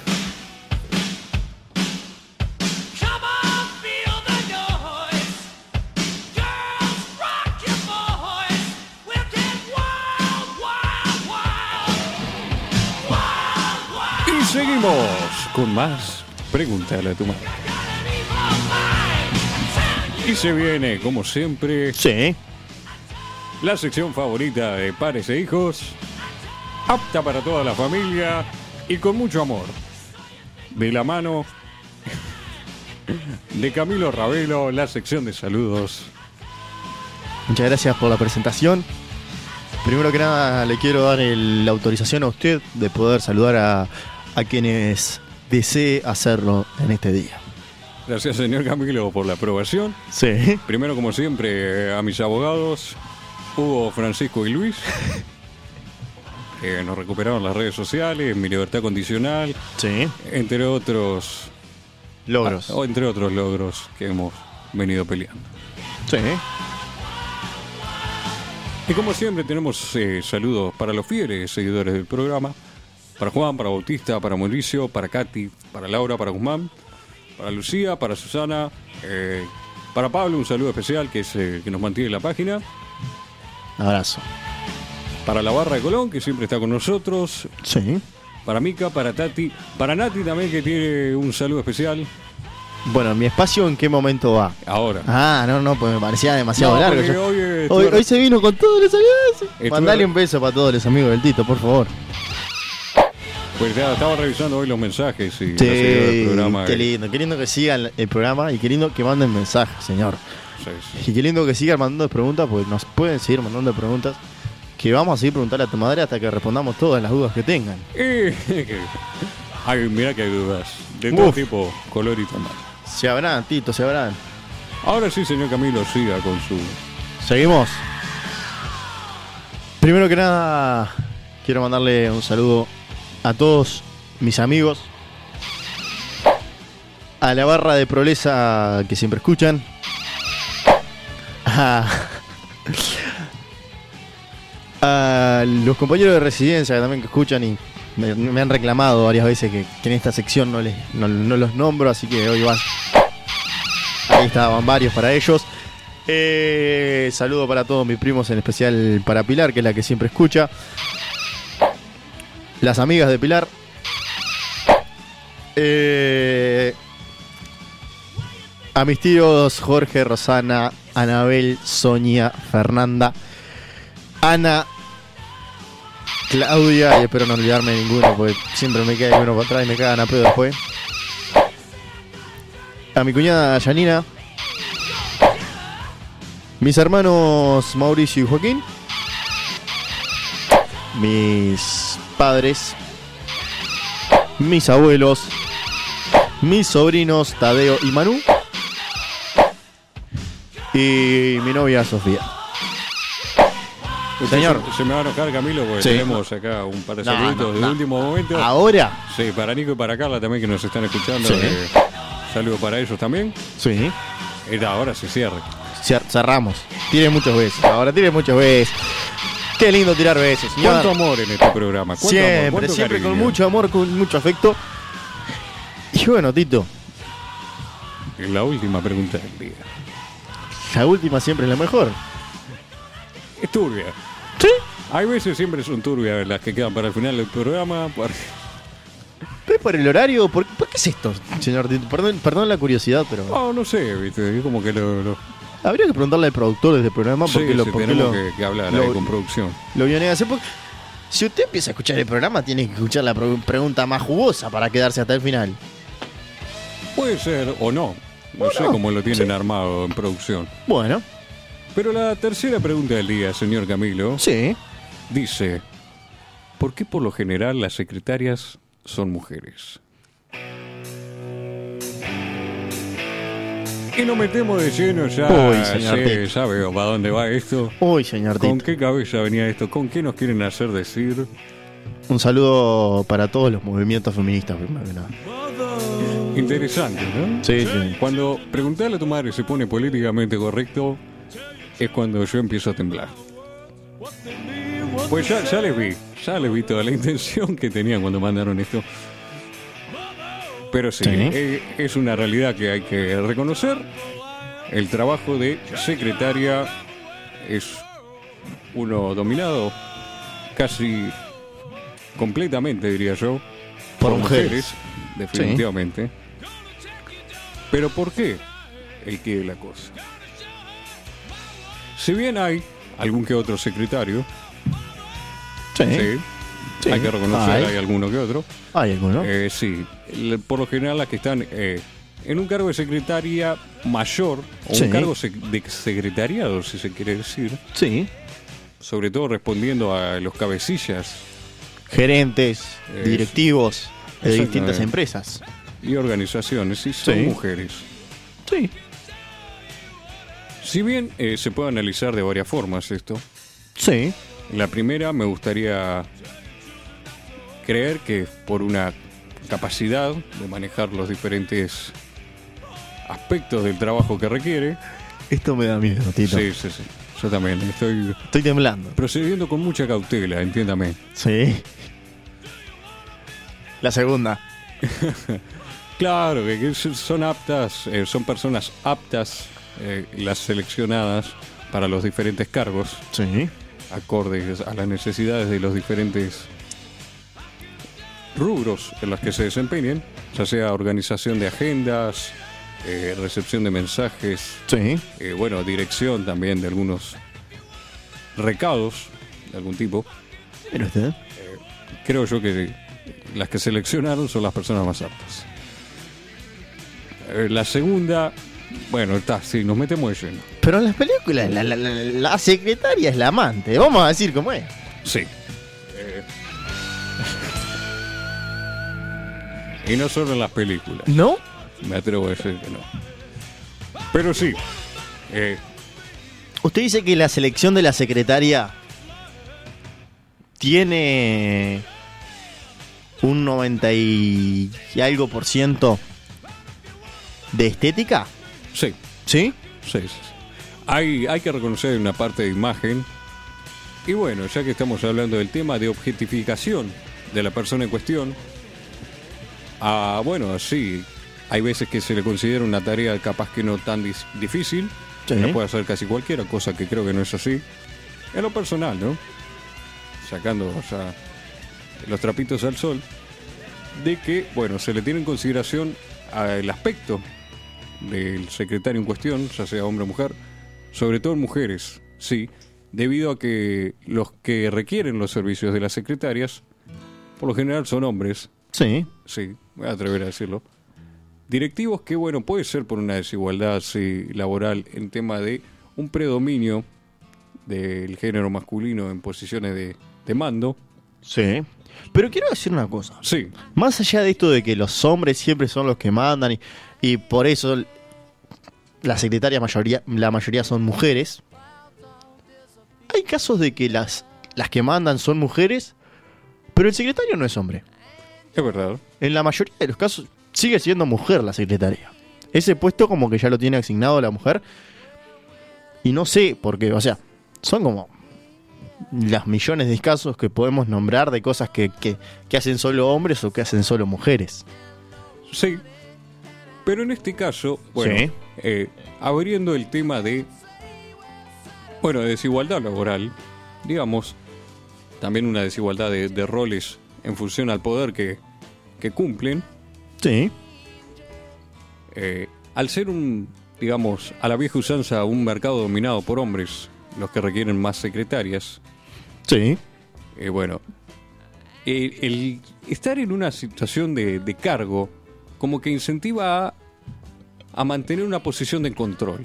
cigarette. Come on, feel the noise. Girls, rock your boys. We'll get wild, wild, wild. Wild, wild. Y seguimos con más. Pregúntale a tu madre. Got an evil mind. Y se viene, como siempre, Sí. la sección favorita de padres e hijos, apta para toda la familia y con mucho amor. De la mano de Camilo Ravelo, la sección de saludos. Muchas gracias por la presentación. Primero que nada, le quiero dar el- la autorización a usted de poder saludar a, a quienes desee hacerlo en este día. Gracias, señor Camilo, por la aprobación. Sí. Primero, como siempre, a mis abogados, Hugo, Francisco y Luis, que nos recuperaron las redes sociales, mi libertad condicional, Sí. entre otros, Logros. o entre otros logros que hemos venido peleando. Sí. Y como siempre tenemos eh, saludos para los fieles seguidores del programa, Para Juan, para Bautista, para Mauricio, para Katy, para Laura, para Guzmán, para Lucía, para Susana, eh, para Pablo, un saludo especial que es eh, que nos mantiene la página. Abrazo. Para la Barra de Colón, que siempre está con nosotros. Sí. Para Mica, para Tati, para Nati también, que tiene un saludo especial. Bueno, ¿mi espacio en qué momento va? Ahora. Ah, no, no, pues me parecía demasiado No, largo. porque Yo- hoy, eh, Hoy, estuve- hoy se vino con todos los amigos. Estuve- Mandale un beso para todos los amigos del Tito, por favor. Pues ya estaba revisando hoy los mensajes y la Sí, seguidora del programa. qué eh, lindo, qué lindo que sigan el programa y qué lindo que manden mensajes, señor. sí, sí. Y qué lindo que sigan mandando preguntas, porque nos pueden seguir mandando preguntas. Que vamos a seguir preguntarle a tu madre hasta que respondamos todas las dudas que tengan. Eh, que- Ay, mira que hay dudas. De todo Uf. tipo, color y tamaño. Se habrán, Tito, se habrán. Ahora sí, señor Camilo, siga con su... Seguimos. Primero que nada, quiero mandarle un saludo a todos mis amigos, a la barra de Proleza que siempre escuchan, a, a los compañeros de residencia que también que escuchan y me, me han reclamado varias veces que, que en esta sección no, les, no, no los nombro, así que hoy van. Ahí estaban varios para ellos. Eh, saludo para todos mis primos, en especial para Pilar, que es la que siempre escucha. Las amigas de Pilar. Eh, a mis tíos Jorge, Rosana, Anabel, Sonia, Fernanda, Ana, Claudia, y espero no olvidarme de ninguno, porque siempre me queda uno para atrás y me cagan a pedo después. A mi cuñada Yanina. Mis hermanos Mauricio y Joaquín. Mis padres. Mis abuelos. Mis sobrinos Tadeo y Manu. Y mi novia Sofía. Usted Señor. Se, se me va a enojar, Camilo, porque Sí. tenemos acá un par de No, saluditos no, de no. último momento. Ahora. Sí, para Nico y para Carla también, que nos están escuchando. Sí. eh, saludo para ellos también. Sí. Eh, ahora se cierra. Cer- Cerramos. Tire muchos besos. Ahora tire muchos besos. Qué lindo tirar besos, señor. ¿Cuánto amor en este programa? ¿Cuánto amor? Siempre, ¿Cuánto siempre con cariño? mucho amor, con mucho afecto. Y bueno, Tito, Y la última pregunta del día. la última siempre es la mejor. Es turbia. ¿Sí? Hay veces siempre son turbias las que quedan para el final del programa. por- ¿Es por el horario? ¿Por, por qué es esto, señor Tito? Perdón, perdón la curiosidad, pero Oh, no sé, viste, es como que lo... lo habría que preguntarle al productor de este programa por sí, qué lo, sí, por qué tenemos lo, que, que hablar lo- ahí con producción. lo viene a hacer. Porque si usted empieza a escuchar el programa, tiene que escuchar la pro- pregunta más jugosa para quedarse hasta el final. Puede ser o no. No O sé no, cómo lo tienen sí. armado en producción. Bueno, Pero la tercera pregunta del día, señor Camilo, sí. dice: ¿por qué por lo general las secretarias son mujeres? Y nos metemos de lleno ya. Uy, señor sí, Tito. ya veo para dónde va esto. Uy, señor ¿Con Tito. qué cabeza venía esto? ¿Con qué nos quieren hacer decir? Un saludo para todos los movimientos feministas, primero que nada. Interesante, ¿no? Sí, sí. Cuando preguntarle a tu madre se pone políticamente correcto, es cuando yo empiezo a temblar. Pues ya, ya les vi, ya les vi toda la intención que tenían cuando mandaron esto. Pero sí, Sí. eh, es una realidad que hay que reconocer. El trabajo de secretaria es uno dominado casi completamente, diría yo, Por mujeres. definitivamente. Pero ¿por qué el qué de la cosa? Si bien hay algún que otro secretario, Sí. sí, Sí. hay que reconocer, Hay. hay alguno que otro, ¿Hay alguno? eh, sí, le- por lo general las que están eh, en un cargo de secretaria mayor, o Sí. un cargo sec- de secretariado, si se quiere decir, Sí. sobre todo respondiendo a los cabecillas Gerentes, Eso. directivos de Exactamente. distintas empresas. y organizaciones, sí, son Sí. mujeres. Sí. Si bien eh, se puede analizar de varias formas esto, Sí. la primera me gustaría creer que por una capacidad de manejar los diferentes aspectos del trabajo que requiere. Esto me da miedo, Tito. Sí, sí, sí. Yo también estoy Estoy temblando. procediendo con mucha cautela, entiéndame. Sí. La segunda. Claro, que, que son aptas, eh, son personas aptas, eh, las seleccionadas para los diferentes cargos, Sí. acordes a las necesidades de los diferentes rubros en los que se desempeñen, ya sea organización de agendas, eh, recepción de mensajes, Sí. eh, bueno, dirección también de algunos recados de algún tipo. ¿Mira usted? Creo yo que las que seleccionaron son las personas más aptas. Eh, la segunda, bueno, está, sí, nos metemos de lleno. Pero en las películas, la, la, la, la secretaria es la amante. Vamos a decir cómo es. Sí. Eh, y no solo en las películas. ¿No? Me atrevo a decir que no. Pero sí. Eh, Usted dice que la selección de la secretaria tiene un noventa y algo por ciento de estética. sí, ¿Sí? sí, sí. Hay, hay que reconocer una parte de imagen. Y bueno, ya que estamos hablando del tema de objetificación de la persona en cuestión, ah, bueno, sí, hay veces que se le considera una tarea capaz que no tan dis- difícil, Sí. que la puede hacer casi cualquiera, cosa que creo que no es así. En lo personal, ¿no? Sacando, o sea, los trapitos al sol, de que, bueno, se le tiene en consideración el aspecto del secretario en cuestión, ya sea hombre o mujer, sobre todo en mujeres, sí, debido a que los que requieren los servicios de las secretarias, por lo general son hombres, Sí. sí, voy a atrever a decirlo, directivos que, bueno, puede ser por una desigualdad sí, laboral en tema de un predominio del género masculino en posiciones de, de mando, Sí. Pero quiero decir una cosa. sí, Más allá de esto de que los hombres siempre son los que mandan y, y por eso la secretaria mayoría, la mayoría son mujeres, hay casos de que las, las que mandan son mujeres, pero el secretario no es hombre. es verdad. En la mayoría de los casos sigue siendo mujer la secretaria. Ese puesto como que ya lo tiene asignado la mujer. Y no sé por qué, o sea, son como las millones de casos que podemos nombrar de cosas que, que, que hacen solo hombres o que hacen solo mujeres. Sí, pero en este caso, bueno, Sí. eh, abriendo el tema de, bueno, de desigualdad laboral, digamos, también una desigualdad de, de roles en función al poder que, que cumplen, Sí. eh, al ser un, digamos, a la vieja usanza, un mercado dominado por hombres, los que requieren más secretarias, Sí. eh, bueno, eh, el estar en una situación de, de cargo como que incentiva a, a mantener una posición de control.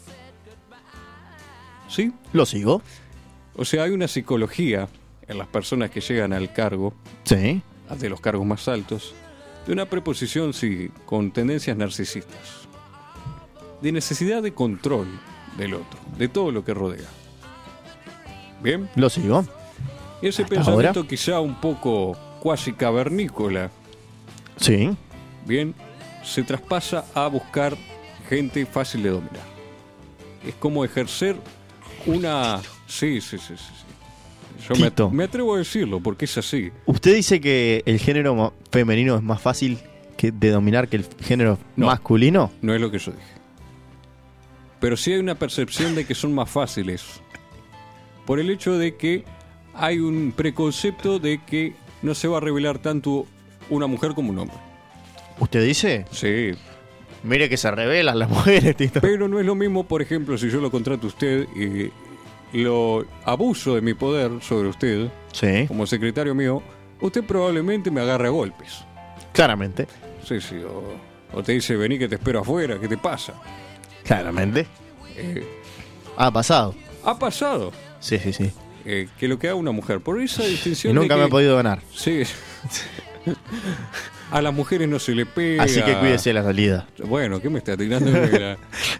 ¿Sí? Lo sigo. O sea, hay una psicología en las personas que llegan al cargo, Sí. de los cargos más altos, de una preposición, sí, con tendencias narcisistas, de necesidad de control del otro, de todo lo que rodea. Bien, Lo sigo. ese Hasta pensamiento ahora. quizá un poco cuasi cavernícola, Sí. bien, se traspasa a buscar gente fácil de dominar. Es como ejercer una... Sí, sí, sí, sí. sí. Yo me, Tito. me atrevo a decirlo porque es así. ¿Usted dice que el género ma- femenino es más fácil que de dominar que el género No. masculino? No es lo que yo dije. Pero sí hay una percepción de que son más fáciles. Por el hecho de que hay un preconcepto de que no se va a revelar tanto una mujer como un hombre. ¿Usted dice? Sí. Mire que se revelan las mujeres, Tito. Pero no es lo mismo, por ejemplo, si yo lo contrato a usted y lo abuso de mi poder sobre usted, Sí. como secretario mío, usted probablemente me agarre a golpes. Claramente. Sí, sí. O, o te dice, vení que te espero afuera, ¿qué te pasa? Claramente. Eh, Ha pasado. ha pasado. Sí, sí, sí. Eh, que lo que haga una mujer. Por esa distinción Y nunca de me que, ha podido ganar. sí, a las mujeres no se le pega. Así que cuídese la salida. Bueno, ¿qué me está tirando? de la...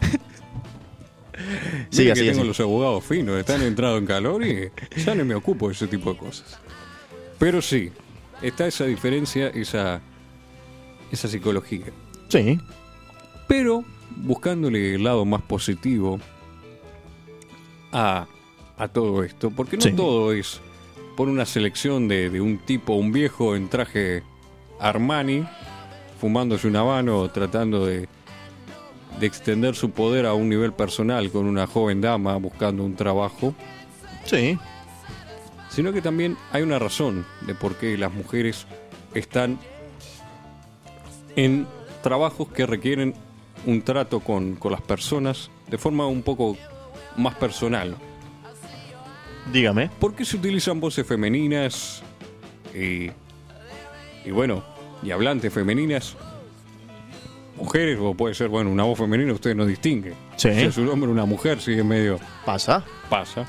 Siga, Mire que siga, tengo siga. los abogados finos, están entrados en calor y ya no me ocupo de ese tipo de cosas. Pero sí, está esa diferencia, esa, esa psicología. Sí. Pero buscándole el lado más positivo a, a todo esto, porque no Sí. todo es por una selección de, de un tipo, un viejo en traje Armani, fumándose un habano, tratando de, de extender su poder a un nivel personal con una joven dama buscando un trabajo, Sí. sino que también hay una razón de por qué las mujeres están en trabajos que requieren un trato con, con las personas de forma un poco más personal. Dígame. ¿Por qué se utilizan voces femeninas y, y bueno, y hablantes femeninas? Mujeres, o puede ser, bueno, una voz femenina, usted no distingue. Sí. Si es un hombre o una mujer, si es medio ¿Pasa? pasa.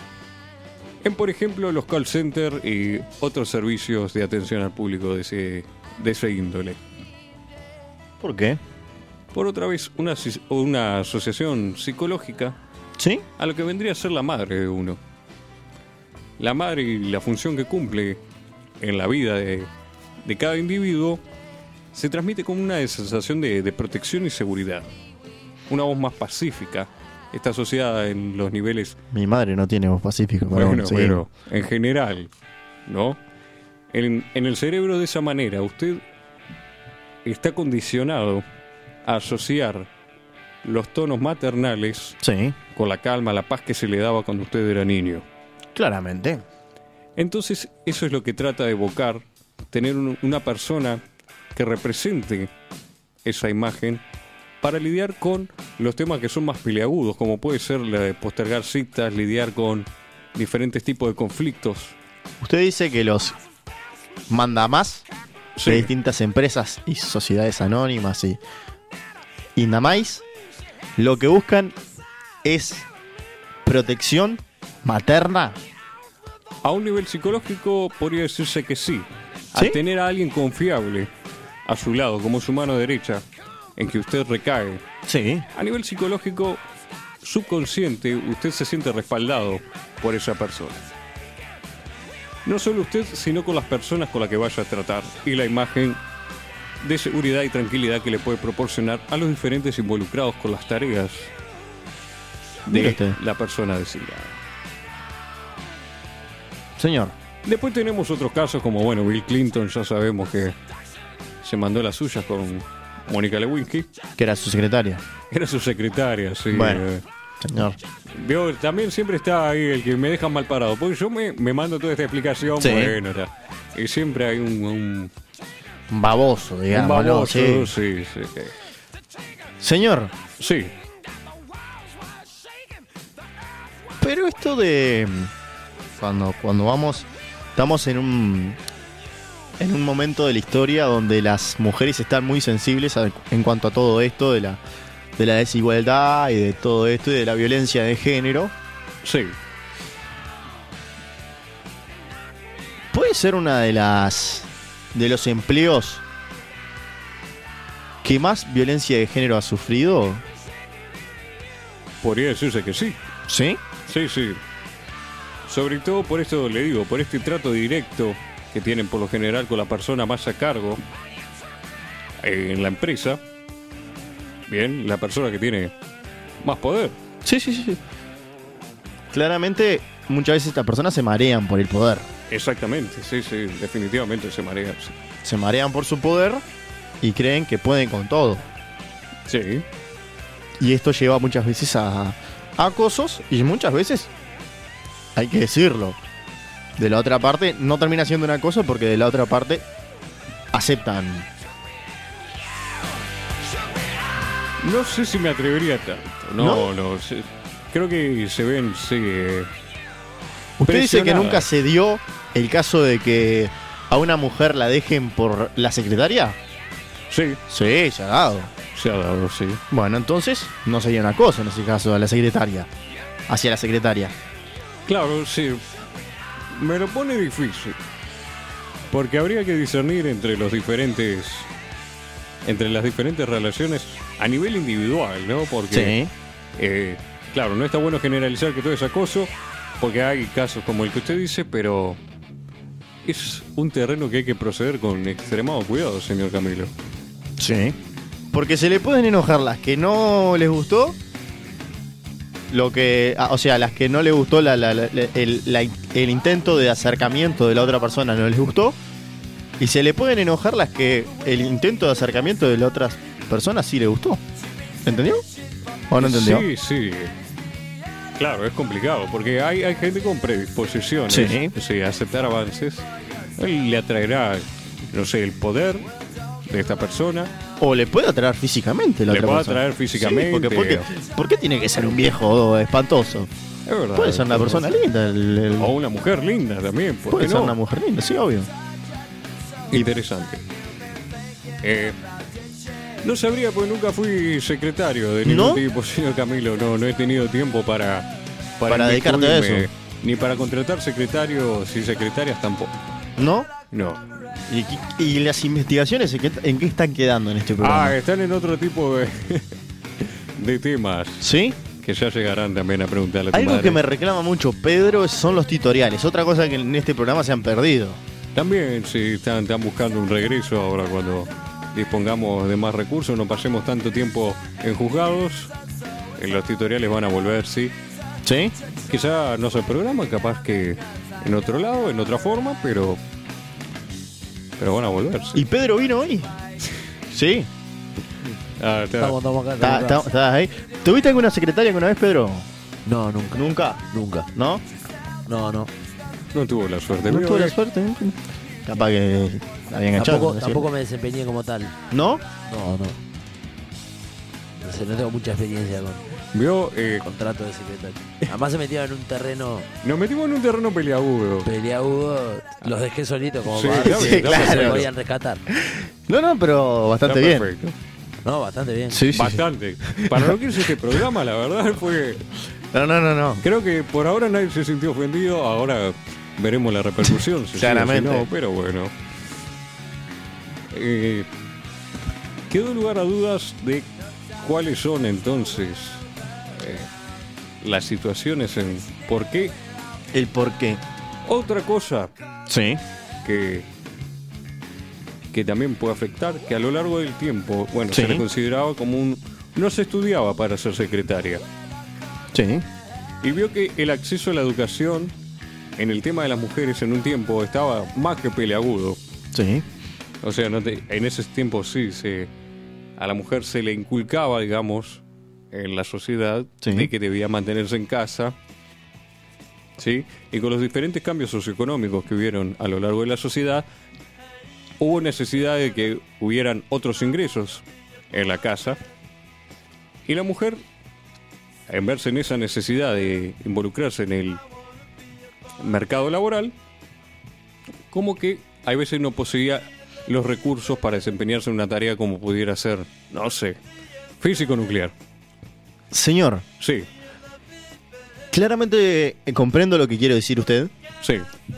En, por ejemplo, los call centers y otros servicios de atención al público de ese, de ese índole. ¿Por qué? Por otra vez, una, asis- una asociación psicológica ¿Sí? a lo que vendría a ser la madre de uno. La madre y la función que cumple en la vida de, de cada individuo se transmite como una sensación de, de protección y seguridad. Una voz más pacífica. Está asociada en los niveles, Mi madre no tiene voz pacífica. pero bueno, sí. pero en general, ¿no? En, en el cerebro de esa manera, usted está condicionado a asociar los tonos maternales Sí, con la calma, la paz que se le daba cuando usted era niño. claramente. Entonces, eso es lo que trata de evocar, tener un- una persona que represente esa imagen para lidiar con los temas que son más peleagudos, como puede ser la de postergar citas, lidiar con diferentes tipos de conflictos. Usted dice que los mandamás Sí. de distintas empresas y sociedades anónimas y Indamais lo que buscan es protección materna. A un nivel psicológico podría decirse que sí. ¿Sí? Al tener a alguien confiable a su lado, como su mano derecha, en que usted recae, Sí. a nivel psicológico subconsciente, usted se siente respaldado por esa persona. No solo usted, sino con las personas con las que vaya a tratar y la imagen de seguridad y tranquilidad que le puede proporcionar a los diferentes involucrados con las tareas Mire de usted. la persona designada. Señor. Después tenemos otros casos como, bueno, Bill Clinton, ya sabemos que se mandó las suyas con Mónica Lewinsky. Que era su secretaria. Era su secretaria, sí. Bueno. eh. Señor. Veo, también siempre está ahí el que me deja mal parado, porque yo me, me mando toda esta explicación, Sí. bueno, ta, y siempre hay un, un, Un baboso, un digamos. ¿no? baboso, Sí. sí, sí, sí. Señor, Sí, pero esto de cuando cuando vamos estamos en un en un momento de la historia donde las mujeres están muy sensibles a- en cuanto a todo esto de la de la desigualdad y de todo esto y de la violencia de género. sí. ¿Puede ser una de las de los empleos que más violencia de género ha sufrido? Podría decirse que sí. ¿Sí? Sí, sí. Sobre todo por esto, le digo, por este trato directo que tienen por lo general con la persona más a cargo eh, en la empresa. Bien, la persona que tiene más poder. Sí, sí, sí. Claramente muchas veces estas personas se marean por el poder. Exactamente, sí, sí, definitivamente se marea. Sí. Se marean por su poder y creen que pueden con todo. Sí. Y esto lleva muchas veces a, a acosos y muchas veces, hay que decirlo, de la otra parte no termina siendo un acoso porque de la otra parte aceptan. No sé si me atrevería tanto. No, no. sí. Creo que se ven, sí. eh, Usted dice que presionada. nunca se dio el caso de que a una mujer la dejen por la secretaria. Sí, Sí, se ha dado. se ha dado, sí. Bueno, entonces no sería un acoso en ese caso a la secretaria. Hacia la secretaria. Claro, sí. Me lo pone difícil. Porque habría que discernir entre los diferentes. Entre las diferentes relaciones a nivel individual, ¿no? Porque. Sí. Eh, claro, no está bueno generalizar que todo es acoso, porque hay casos como el que usted dice, pero es un terreno que hay que proceder con extremado cuidado, señor Camilo. Sí. Porque se le pueden enojar las que no les gustó. Lo que. ah, o sea, las que no les gustó la- la- la- el, la- el intento de acercamiento de la otra persona no les gustó. Y se le pueden enojar las que el intento de acercamiento de la otra persona sí le gustó. ¿Entendió? ¿O no entendió? Sí, sí. Claro, es complicado, porque hay, hay gente con predisposiciones. Sí. O sea, aceptar avances. A él le atraerá, no sé, el poder de esta persona. O le puede atraer físicamente la Le otra puede persona. atraer físicamente. Sí, porque, porque, ¿por qué tiene que ser un viejo espantoso? Es verdad. Puede ser una persona linda. el- el- O una mujer linda también. ¿Por puede qué ser no? una mujer linda, sí, obvio. Interesante. Eh, no sabría porque nunca fui secretario de ningún ¿No? tipo, señor Camilo. No, no he tenido tiempo para... Para dedicarte a inmiscuirme, eso. Ni para contratar secretarios y secretarias tampoco. ¿No? No. ¿Y, qué- y las investigaciones en qué, en qué están quedando en este programa? Ah, están en otro tipo de, de temas ¿Sí? que ya llegarán también a preguntarle a tu Algo madre. que me reclama mucho Pedro son los tutoriales. Otra cosa que en este programa se han perdido. También, si están, están buscando un regreso ahora cuando dispongamos de más recursos, no pasemos tanto tiempo en juzgados, en los tutoriales van a volver, sí. ¿Sí? Quizá no se programa, capaz que en otro lado, en otra forma, pero pero van a volver, sí. ¿Y Pedro vino hoy? Sí. Ah, está- Estamos, estamos acá. ¿Está- estamos está- acá. ¿Estás ahí? ¿Tuviste alguna secretaria alguna vez, Pedro? No, nunca. Nunca. Nunca. ¿No? No, no. no tuvo la suerte. ¿No Mío, tuvo la eh. suerte? Capaz que la había enganchado. Tampoco, ¿no? tampoco me desempeñé como tal. ¿No? No, no. No sé, no tengo mucha experiencia con Vio, eh, contrato de secretario. Además se metieron en un terreno nos metimos en un terreno peleagudo. peleagudo. Los dejé solitos como Sí, para está ver si bien, está se claro. podían rescatar. No, no, pero bastante Está bien. perfecto. No, bastante bien. Sí, sí, sí. Bastante. Para lo que es este programa, la verdad fue... No, no, no, no. Creo que por ahora nadie se sintió ofendido. Ahora veremos la repercusión. Si sí o si Claramente. no, pero bueno. Eh, quedó lugar a dudas de cuáles son entonces eh, las situaciones en por qué. El por qué. Otra cosa Sí. que que también puede afectar, que a lo largo del tiempo, bueno, Sí. se le consideraba como un... No se estudiaba para ser secretaria. Sí. Y vio que el acceso a la educación en el tema de las mujeres en un tiempo estaba más que peleagudo. Sí. O sea, no te- en ese tiempo sí, se, a la mujer se le inculcaba, digamos, en la sociedad, Sí. de que debía mantenerse en casa. ¿Sí? Y con los diferentes cambios socioeconómicos que hubieron a lo largo de la sociedad, hubo necesidad de que hubieran otros ingresos en la casa. Y la mujer, en verse en esa necesidad de involucrarse en el mercado laboral, como que hay veces no poseía los recursos para desempeñarse en una tarea como pudiera ser, no sé, físico-nuclear. Señor, Sí, claramente eh, comprendo lo que quiere decir usted. sí.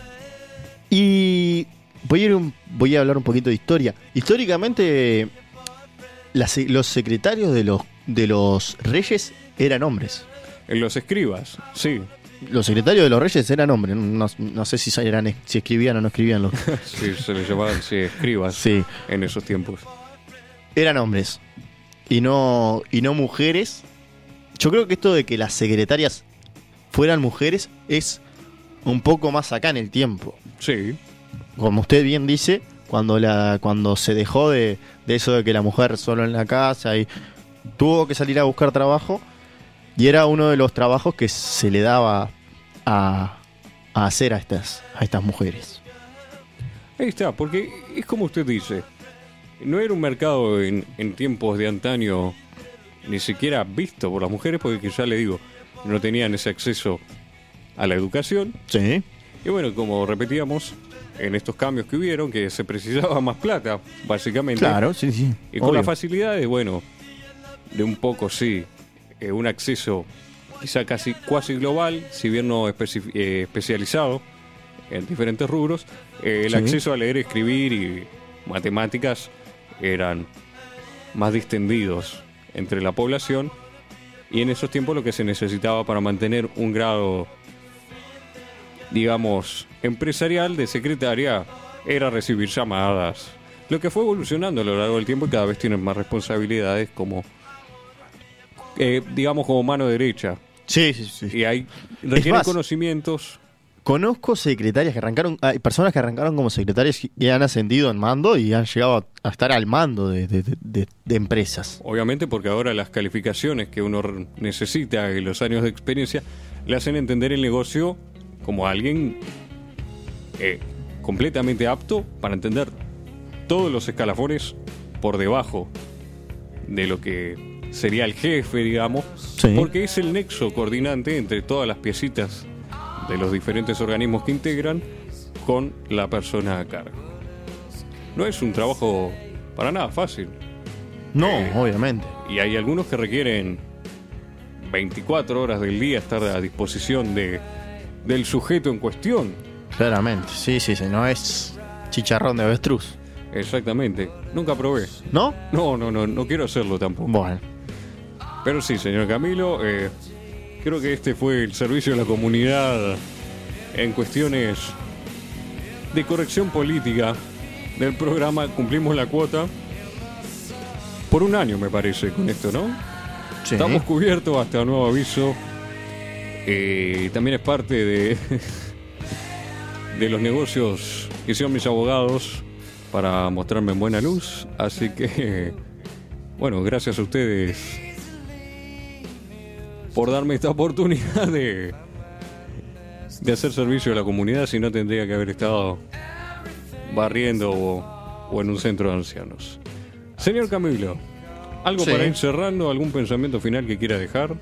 Y voy a, ir un- voy a hablar un poquito de historia. Históricamente, las- los secretarios de los, de los reyes eran hombres. En los escribas, sí. Los secretarios de los reyes eran hombres. No, no sé si, eran, si escribían o no escribían. Los, Sí, se les llamaban sí, escribas sí, en esos tiempos. eran hombres. Y no, y no mujeres. Yo creo que esto de que las secretarias fueran mujeres es un poco más acá en el tiempo. Sí, Como usted bien dice, cuando la cuando se dejó de, de eso de que la mujer solo en la casa y tuvo que salir a buscar trabajo, y era uno de los trabajos que se le daba a, a hacer a estas, a estas mujeres. ahí está, porque es como usted dice, no era un mercado en, en tiempos de antaño ni siquiera visto por las mujeres, porque ya le digo, no tenían ese acceso a la educación. Sí. Y bueno, como repetíamos, en estos cambios que hubieron, que se precisaba más plata, básicamente. Claro, sí, sí. Y con obvio. las facilidades, bueno, de un poco sí, eh, un acceso quizá casi cuasi global, si bien no especi- eh, especializado en diferentes rubros, eh, el Sí. acceso a leer, escribir y matemáticas eran más distendidos entre la población, y en esos tiempos lo que se necesitaba para mantener un grado, digamos, empresarial de secretaria era recibir llamadas, lo que fue evolucionando a lo largo del tiempo y cada vez tienen más responsabilidades como, eh, digamos, como mano derecha. Sí, sí, sí. Y hay requieren más- conocimientos conozco secretarias que arrancaron, hay personas que arrancaron como secretarias y han ascendido en mando y han llegado a, a estar al mando de, de, de, de empresas. Obviamente porque ahora las calificaciones que uno r- necesita y los años de experiencia le hacen entender el negocio como alguien eh, completamente apto para entender todos los escalafones por debajo de lo que sería el jefe, digamos, Sí. porque es el nexo coordinante entre todas las piecitas de los diferentes organismos que integran con la persona a cargo. No es un trabajo para nada fácil. No, Eh, obviamente. Y hay algunos que requieren veinticuatro horas del día estar a disposición de, del sujeto en cuestión. Claramente. Sí, sí, sí. No es chicharrón de avestruz. Exactamente. Nunca probé. ¿No? No, no, no, no quiero hacerlo tampoco. Bueno. Pero sí, señor Camilo, eh, creo que este fue el servicio a la comunidad en cuestiones de corrección política del programa. Cumplimos la cuota por un año, me parece, con esto, ¿no? Sí. Estamos cubiertos hasta nuevo aviso. Eh, también es parte de, de los negocios que hicieron mis abogados para mostrarme en buena luz. Así que, bueno, gracias a ustedes por darme esta oportunidad de, de hacer servicio a la comunidad. Si no, tendría que haber estado barriendo o, o en un centro de ancianos. Señor Camilo, ¿algo Sí. para ir cerrando? ¿Algún pensamiento final que quiera dejar?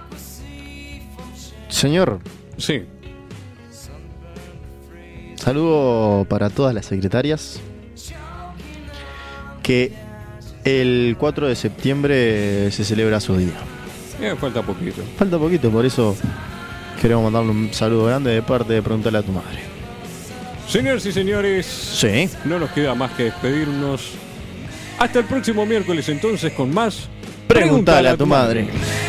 Señor, Sí, saludo para todas las secretarias. Que el cuatro de septiembre se celebra su día. eh, falta poquito. Falta poquito, por eso queremos mandarle un saludo grande de parte de Preguntarle a tu madre. Señores y señores, Sí. no nos queda más que despedirnos. Hasta el próximo miércoles entonces con más Preguntale a tu madre.